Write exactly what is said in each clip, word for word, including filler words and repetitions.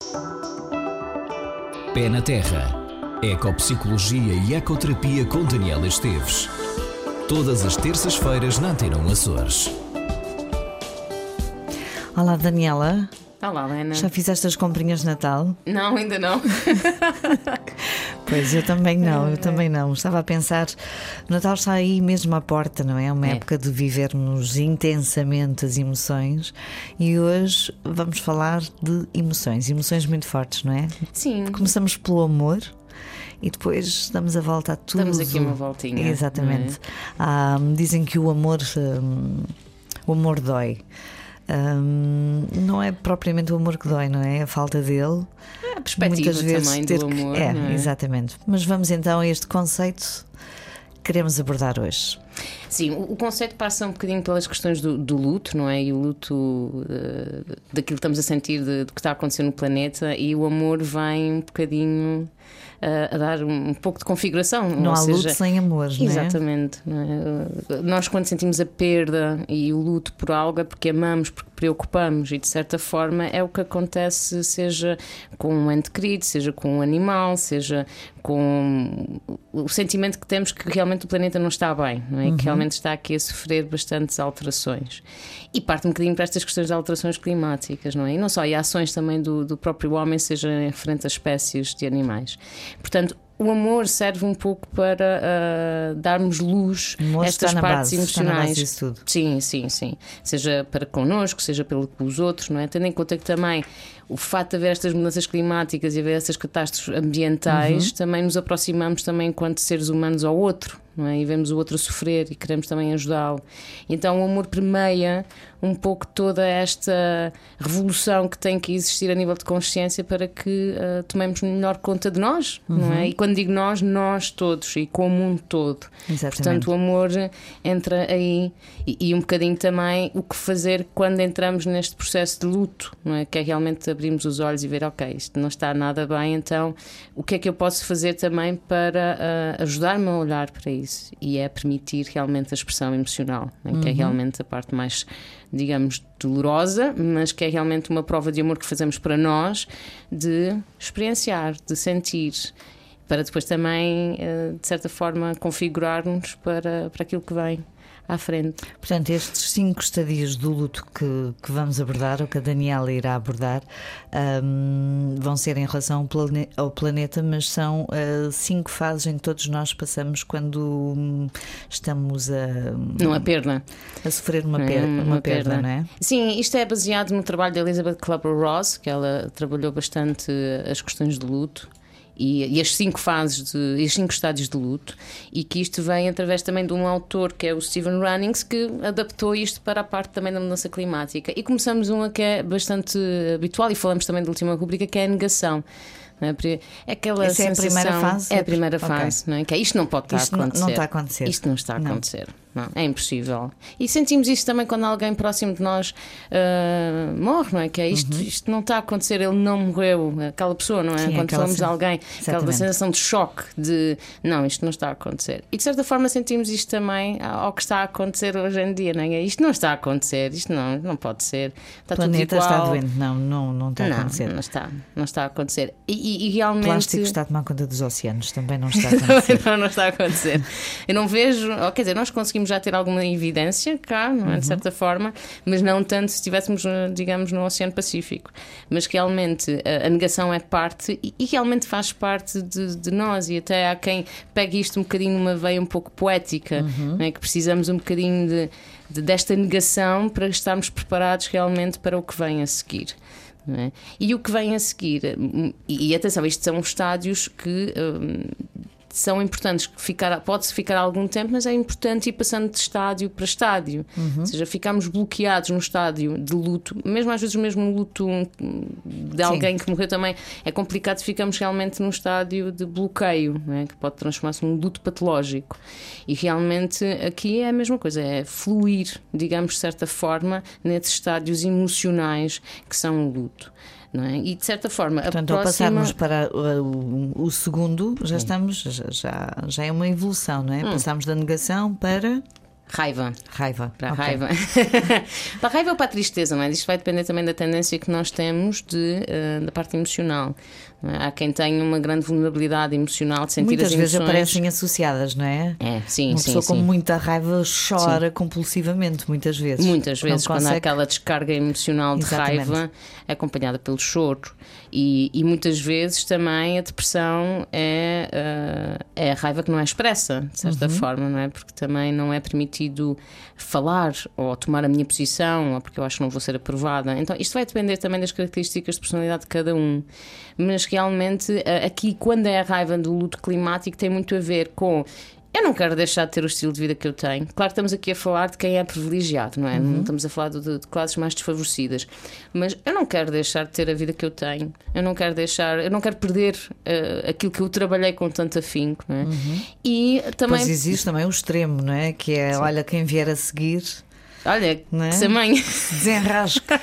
Pé na Terra. Ecopsicologia e ecoterapia com Daniela Esteves. Todas as terças-feiras na Antena um Açores. Olá, Daniela. Olá, Lena. Já fizeste as comprinhas de Natal? Não, ainda não. Pois, eu também não, eu também não. Estava a pensar, o Natal está aí mesmo à porta, não é? É uma É. época de vivermos intensamente as emoções. E hoje vamos falar de emoções, emoções muito fortes, não é? Sim. Começamos pelo amor e depois damos a volta a tudo. Damos aqui uma voltinha. Exatamente. Ah, dizem que o amor, hum, o amor dói. Hum, não é propriamente o amor que dói, não é? A falta dele. É a perspectiva Muitas vezes também ter do amor. que... é, não é? exatamente. Mas vamos então a este conceito que queremos abordar hoje. Sim, o, o conceito passa um bocadinho pelas questões do, do luto, não é? E o luto uh, daquilo que estamos a sentir, de, do que está a acontecer no planeta, e o amor vem um bocadinho uh, a dar um, um pouco de configuração. Não ou há seja, luto sem amor, não é? Exatamente. Não é? Nós, quando sentimos a perda e o luto por algo, é porque amamos, porque preocupamos, e de certa forma é o que acontece, seja com um ente querido, seja com um animal, seja com o sentimento que temos que realmente o planeta não está bem, não é? Uhum. Que realmente está aqui a sofrer bastantes alterações. E parte um bocadinho para estas questões de alterações climáticas, não é? E não só, e ações também do, do próprio homem, seja em referente a espécies de animais. Portanto, o amor serve um pouco para uh, darmos luz O a estas está na partes base, está na emocionais. base disso tudo. Sim, sim, sim. Seja para connosco, seja pelos outros, não é? Tendo em conta que também o facto de haver estas mudanças climáticas e haver essas catástrofes ambientais, Uhum. também nos aproximamos também enquanto seres humanos ao outro, não é? E vemos o outro a sofrer e queremos também ajudá-lo. Então o amor permeia um pouco toda esta revolução que tem que existir a nível de consciência para que uh, tomemos melhor conta de nós, Uhum. não é? E quando digo nós, nós todos e com o mundo todo. Exatamente. Portanto, o amor entra aí e, e um bocadinho também o que fazer quando entramos neste processo de luto, não é? Que é realmente abrirmos os olhos e ver, ok, isto não está nada bem, então o que é que eu posso fazer também para uh, ajudar-me a olhar para isso? E é permitir realmente a expressão emocional, não é? Uhum. Que é realmente a parte mais, digamos, dolorosa, mas que é realmente uma prova de amor que fazemos para nós, de experienciar, de sentir, para depois também, uh, de certa forma, configurar-nos para, para aquilo que vem à frente. Portanto, estes cinco estadios do luto que, que vamos abordar, ou que a Daniela irá abordar, hum, vão ser em relação ao, plane- ao planeta, mas são uh, cinco fases em que todos nós passamos quando hum, estamos a, Não é perda. a sofrer uma, Não é? per- Uma uma perda, perda. não é? Sim, isto é baseado no trabalho da Elizabeth Kubler-Ross, que ela trabalhou bastante as questões de luto. E, e as cinco fases, de, e os cinco estádios de luto, e que isto vem através também de um autor que é o Stephen Runnings, que adaptou isto para a parte também da mudança climática. E começamos uma que é bastante habitual, e falamos também da última rubrica, que é a negação. Não é? É aquela Essa é a sensação, primeira fase? É a primeira Ok. fase, não é? Que é, isto não pode estar Isto a não- acontecer. não está a acontecer. Isto não está a Não. acontecer. Não, é impossível. E sentimos isso também quando alguém próximo de nós uh, morre, não é? Que é isto, Uhum. isto não está a acontecer, ele não morreu, aquela pessoa, não é? Sim, Quando aquela falamos de sen- alguém, aquela Exatamente. sensação de choque, de não, isto não está a acontecer. E de certa forma sentimos isto também ao que está a acontecer hoje em dia, não é? Isto não está a acontecer, isto não, não pode ser. Está O planeta tudo igual. está doente. Não, não, não está a Não, acontecer. não está, não está a acontecer. E, e, e realmente. Plástico está a tomar conta dos oceanos, também não está a acontecer. não, não está a acontecer. Eu não vejo, ou, quer dizer, nós conseguimos já ter alguma evidência cá, não é? De certa forma, mas não tanto se estivéssemos, digamos, no Oceano Pacífico. Mas realmente a, a negação é parte e, e realmente faz parte de, de nós, e até há quem pegue isto um bocadinho numa veia um pouco poética, não é? Que precisamos um bocadinho de, de, desta negação para estarmos preparados realmente para o que vem a seguir. Não é? E o que vem a seguir, e, e atenção, isto são estádios que hum, são importantes, que ficar, pode-se ficar algum tempo, mas é importante ir passando de estádio para estádio. Uhum. Ou seja, ficamos bloqueados no estádio de luto, mesmo às vezes mesmo no luto de alguém Sim. que morreu também, é complicado, ficamos realmente num estádio de bloqueio, não é? Que pode transformar-se num luto patológico. E realmente aqui é a mesma coisa, é fluir, digamos, de certa forma, nesses estádios emocionais que são o luto. Não é? E de certa forma, portanto, a ao próxima... passarmos para o, o, o segundo, já estamos, já, já, já é uma evolução, não é? Hum. Passamos da negação para Raiva. Raiva. Para a okay. raiva. Para a raiva ou para a tristeza, não é? Isto vai depender também da tendência que nós temos de, uh, da parte emocional. Não é? Há quem tenha uma grande vulnerabilidade emocional de sentir Muitas as emoções. vezes aparecem associadas, não é? É, sim, uma sim, pessoa sim. com muita raiva chora sim. compulsivamente, muitas vezes. Muitas vezes, consegue... quando há aquela descarga emocional de Exatamente. raiva, é acompanhada pelo choro. E, e muitas vezes também a depressão é, uh, é a raiva que não é expressa, de certa uhum. forma, não é? Porque também não é permitido falar ou tomar a minha posição, ou porque eu acho que não vou ser aprovada. Então isto vai depender também das características de personalidade de cada um. Mas realmente aqui, quando é a raiva do luto climático, tem muito a ver com: eu não quero deixar de ter o estilo de vida que eu tenho. Claro que estamos aqui a falar de quem é privilegiado, não é? Uhum. Não estamos a falar de, de classes mais desfavorecidas. Mas eu não quero deixar de ter a vida que eu tenho. Eu não quero deixar, eu não quero perder uh, aquilo que eu trabalhei com tanto afinco, não é? Uhum. E também... Pois existe também o extremo, não é? Que é, sim. olha, quem vier a seguir... Olha, não é? que mãe desenrasca.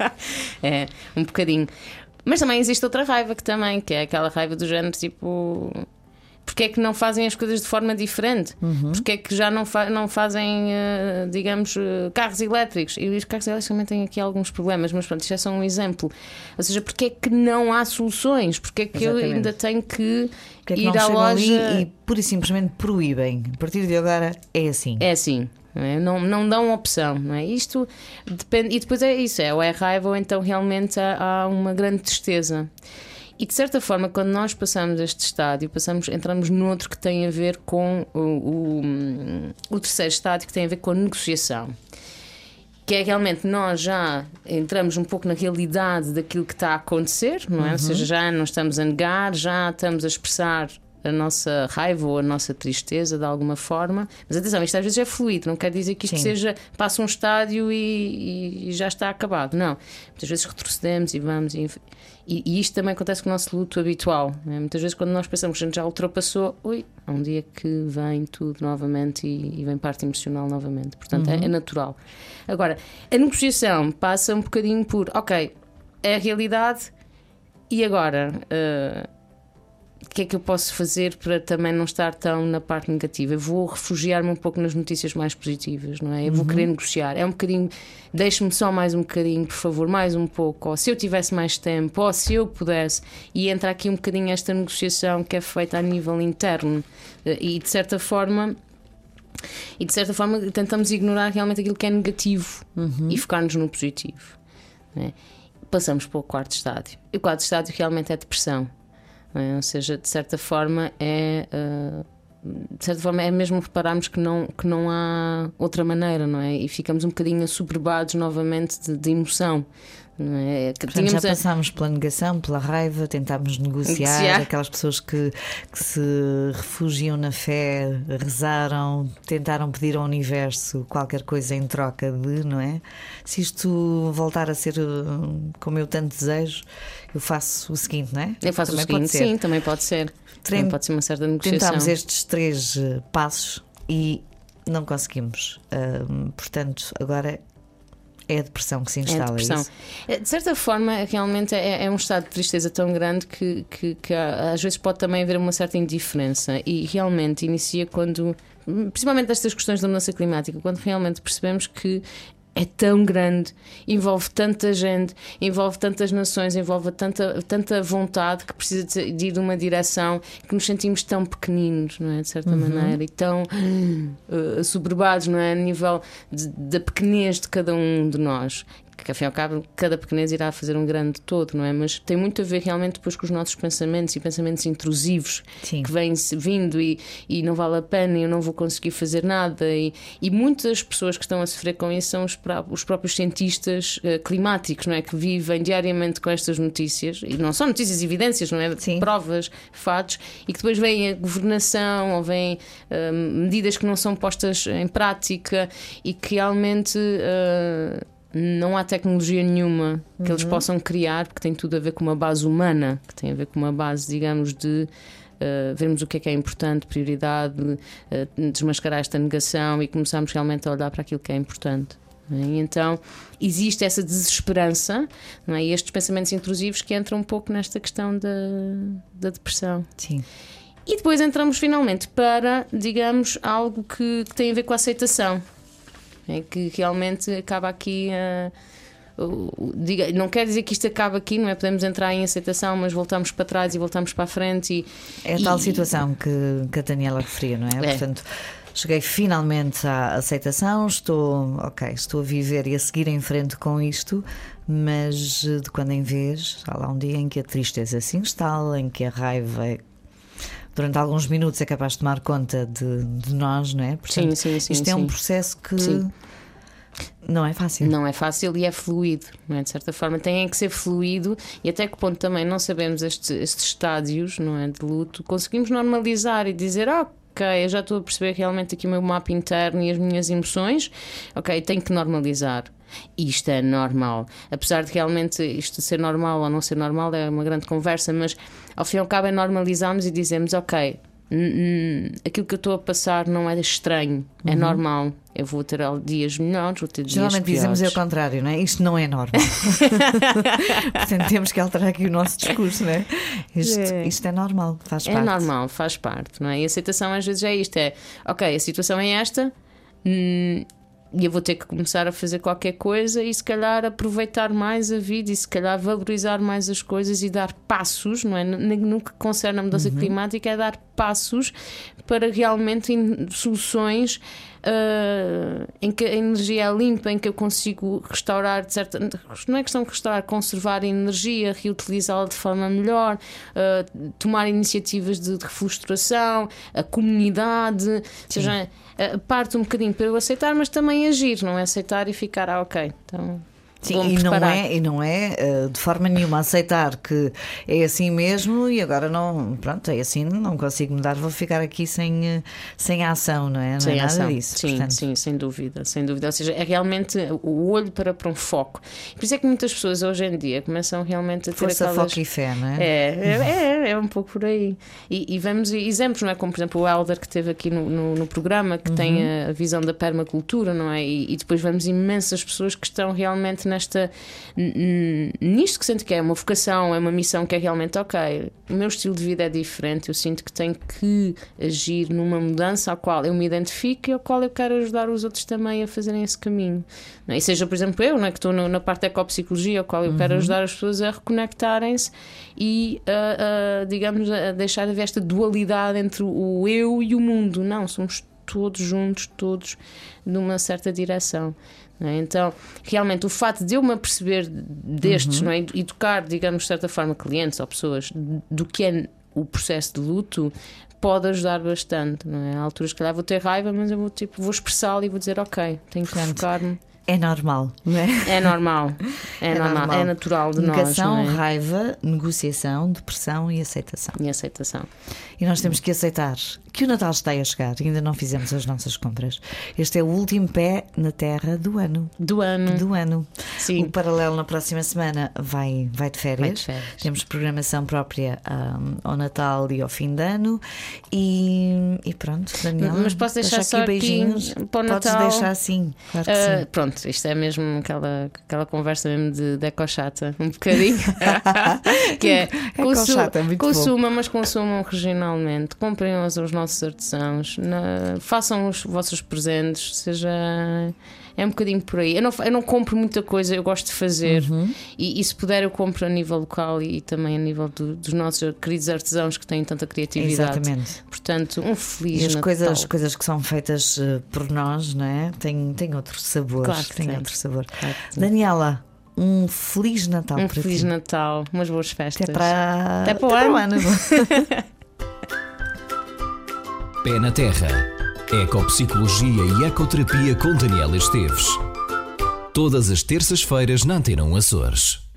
É, um bocadinho. Mas também existe outra raiva que também, que é aquela raiva do género tipo... Porque é que não fazem as coisas de forma diferente? Uhum. Porque é que já não, fa não fazem, uh, digamos, uh, carros elétricos? E os carros elétricos também têm aqui alguns problemas, mas pronto, isto é só um exemplo. Ou seja, porque é que não há soluções? Porque é que Exatamente. eu ainda tenho que porque ir é que não à loja ali e pura e simplesmente proíbem? A partir de agora é assim. É assim. Não, é? não, não dão opção, não é? Isto depende, e depois é isso, é, ou é raiva ou então realmente há, há uma grande tristeza. E de certa forma, quando nós passamos este estádio, passamos, entramos noutro que tem a ver com o, o, o terceiro estádio, que tem a ver com a negociação. Que é realmente nós já entramos um pouco na realidade daquilo que está a acontecer, não é? Uhum. Ou seja, já não estamos a negar, já estamos a expressar a nossa raiva ou a nossa tristeza de alguma forma. Mas atenção, isto às vezes é fluido, não quer dizer que isto Sim. seja, passa um estádio e, e já está acabado. Não, muitas vezes retrocedemos e vamos e, e, e isto também acontece com o nosso luto habitual, né? Muitas vezes quando nós pensamos que a gente já ultrapassou, ui, há um dia que vem tudo novamente e, e vem parte emocional novamente. Portanto uhum. é, é natural. Agora, a negociação passa um bocadinho por, ok, é a realidade e agora... Uh, o que é que eu posso fazer para também não estar tão na parte negativa? Eu vou refugiar-me um pouco nas notícias mais positivas, não é? Eu vou uhum. querer negociar. É um bocadinho, deixe-me só mais um bocadinho, por favor, mais um pouco. Ou se eu tivesse mais tempo, ou se eu pudesse. E entra aqui um bocadinho esta negociação que é feita a nível interno. E de certa forma... E de certa forma tentamos ignorar realmente aquilo que é negativo uhum. e focar-nos no positivo, não é? Passamos para o quarto estádio. E o quarto estádio realmente é depressão. É? Ou seja, de certa forma é uh, de certa forma é mesmo repararmos que não, que não há outra maneira, não é? E ficamos um bocadinho assoberbados novamente de, de emoção, não é? Que Portanto, já passámos a... pela negação, pela raiva, tentámos negociar, negociar. Aquelas pessoas que, que se refugiam na fé, rezaram, tentaram pedir ao universo qualquer coisa em troca de, não é? Se isto voltar a ser como eu tanto desejo, eu faço o seguinte, não é? Eu faço também o seguinte, sim, também pode ser. Também pode ser uma certa negociação. Tentámos estes três uh, passos e não conseguimos. Uh, portanto, agora é a depressão que se instala. É a depressão. Isso? De certa forma, realmente é, é um estado de tristeza tão grande que, que, que há, às vezes pode também haver uma certa indiferença. E realmente inicia quando, principalmente destas questões da mudança climática, quando realmente percebemos que é tão grande, envolve tanta gente, envolve tantas nações, envolve tanta, tanta vontade que precisa de ir numa direção que nos sentimos tão pequeninos, não é? De certa uhum. maneira, e tão uh, assoberbados, não é? A nível da pequenez de cada um de nós. Que, afinal, cada pequenez irá fazer um grande todo, não é? Mas tem muito a ver realmente depois com os nossos pensamentos e pensamentos intrusivos Sim. que vêm vindo e, e não vale a pena e eu não vou conseguir fazer nada. E, e muitas pessoas que estão a sofrer com isso são os, os próprios cientistas uh, climáticos, não é? Que vivem diariamente com estas notícias, e não são notícias, evidências, não é? Sim. Provas, fatos, e que depois vem a governação ou vêm uh, medidas que não são postas em prática e que realmente. Uh, Não há tecnologia nenhuma que uhum. eles possam criar, porque tem tudo a ver com uma base humana, que tem a ver com uma base, digamos, de uh, vermos o que é que é importante, prioridade, uh, desmascarar esta negação e começarmos realmente a olhar para aquilo que é importante. Não é? E então existe essa desesperança, não é? E estes pensamentos intrusivos que entram um pouco nesta questão da, da depressão. Sim. E depois entramos finalmente para, digamos, algo que, que tem a ver com a aceitação, é que realmente acaba aqui a. Diga, não quer dizer que isto acabe aqui, não é? Podemos entrar em aceitação, mas voltamos para trás e voltamos para a frente. E, é a e, tal situação que, que a Daniela referia, não é? é? Portanto, cheguei finalmente à aceitação, estou, ok, estou a viver e a seguir em frente com isto, mas de quando em vez, há lá um dia em que a tristeza se instala, em que a raiva é, durante alguns minutos é capaz de tomar conta de, de nós, não é? Portanto, sim, sim, sim, isto sim. é um processo que. Sim. Não é fácil. Não é fácil e é fluido, não é? De certa forma tem que ser fluido, e até que ponto também não sabemos estes, estes estádios, não é, de luto, conseguimos normalizar e dizer, ah, ok, eu já estou a perceber realmente aqui o meu mapa interno e as minhas emoções, ok, tenho que normalizar. E isto é normal, apesar de realmente isto ser normal ou não ser normal é uma grande conversa, mas ao fim e ao cabo é normalizarmos e dizemos, ok, aquilo que eu estou a passar não é estranho, é uhum. normal. Eu vou ter dias melhores, vou ter dias Geralmente piores. Dizemos é o contrário, não é? Isto não é normal. Portanto, temos que alterar aqui o nosso discurso, não é? Isto é, isto é normal, faz é parte. É normal, faz parte, não é? E a aceitação às vezes é isto: é ok, a situação é esta. Hum, E eu vou ter que começar a fazer qualquer coisa e se calhar aproveitar mais a vida e se calhar valorizar mais as coisas e dar passos, não é? No que concerne a mudança uhum. climática, é dar passos para realmente soluções uh, em que a energia é limpa, em que eu consigo restaurar de certa... não é questão de restaurar, conservar a energia, reutilizá-la de forma melhor, uh, tomar iniciativas de, de reflorestação, a comunidade, ou seja, uh, parte um bocadinho para eu aceitar, mas também agir, não é aceitar e ficar, ah, ok, então... Sim, e não, é, e não é uh, de forma nenhuma aceitar que é assim mesmo e agora não, pronto, é assim, não consigo mudar, vou ficar aqui sem, sem ação, não é? Não sem é nada ação. disso. Sim, portanto. sim, sem dúvida, sem dúvida. Ou seja, é realmente o olho para, para um foco. Por isso é que muitas pessoas hoje em dia começam realmente a ter força, aquelas... foco e fé, não é? É, é, é, é um pouco por aí. E, e vemos exemplos, não é? Como por exemplo o Helder que esteve aqui no, no, no programa, que uhum. tem a, a visão da permacultura, não é? E, e depois vemos imensas pessoas que estão realmente nesta... nisto que sinto que é uma vocação, é uma missão que é realmente ok, o meu estilo de vida é diferente, eu sinto que tenho que agir numa mudança à qual eu me identifico e ao qual eu quero ajudar os outros também a fazerem esse caminho, não é? E seja por exemplo eu, não é? Que estou na parte da ecopsicologia, ao qual eu uhum. quero ajudar as pessoas a reconectarem-se e a, a, digamos, a deixar de haver esta dualidade entre o eu e o mundo. Não, somos todos juntos, todos numa certa direção. Então, realmente, o fato de eu me aperceber destes, uhum. não é? E tocar, digamos, de certa forma, clientes ou pessoas do que é o processo de luto, pode ajudar bastante, não é? Há alturas que calhar vou ter raiva, mas eu vou, tipo, vou expressá-la e vou dizer, ok, tenho que focar-me. É normal, não é? É normal, é, é normal, normal, é natural de Negação, nós. Negação, é? Raiva, negociação, depressão e aceitação. E aceitação. E nós temos que aceitar que o Natal está a chegar, ainda não fizemos as nossas compras. Este é o último pé na terra do ano. Do ano. Do ano. Sim. O Paralelo na próxima semana vai, vai, de, férias. vai de férias. Temos programação própria um, ao Natal e ao fim de ano. E, e pronto, Daniela. Mas posso deixar só aqui beijinhos aqui para o Natal. Natal. Podes deixar sim, claro que uh, sim. Pronto, isto é mesmo aquela, aquela conversa mesmo de, de ecochata, um bocadinho. Que é, consu é consumam, mas consumam regionalmente, comprem os, os nossos artesãos, na, façam os vossos presentes, seja. É um bocadinho por aí. Eu não, eu não compro muita coisa, eu gosto de fazer. Uhum. E, e se puder, eu compro a nível local e, e também a nível do, dos nossos queridos artesãos que têm tanta criatividade. Exatamente. Portanto, um feliz E as Natal. coisas, coisas que são feitas uh, por nós, não é? Têm, têm outro sabor. Claro que tem tem. outro sabor. Claro que Daniela, um Feliz Natal um para Feliz ti. Natal, umas boas festas. Até para, Até para o Até ano. Para o ano. Pé na Terra. Ecopsicologia e Ecoterapia com Daniela Esteves. Todas as terças-feiras na Antena um Açores.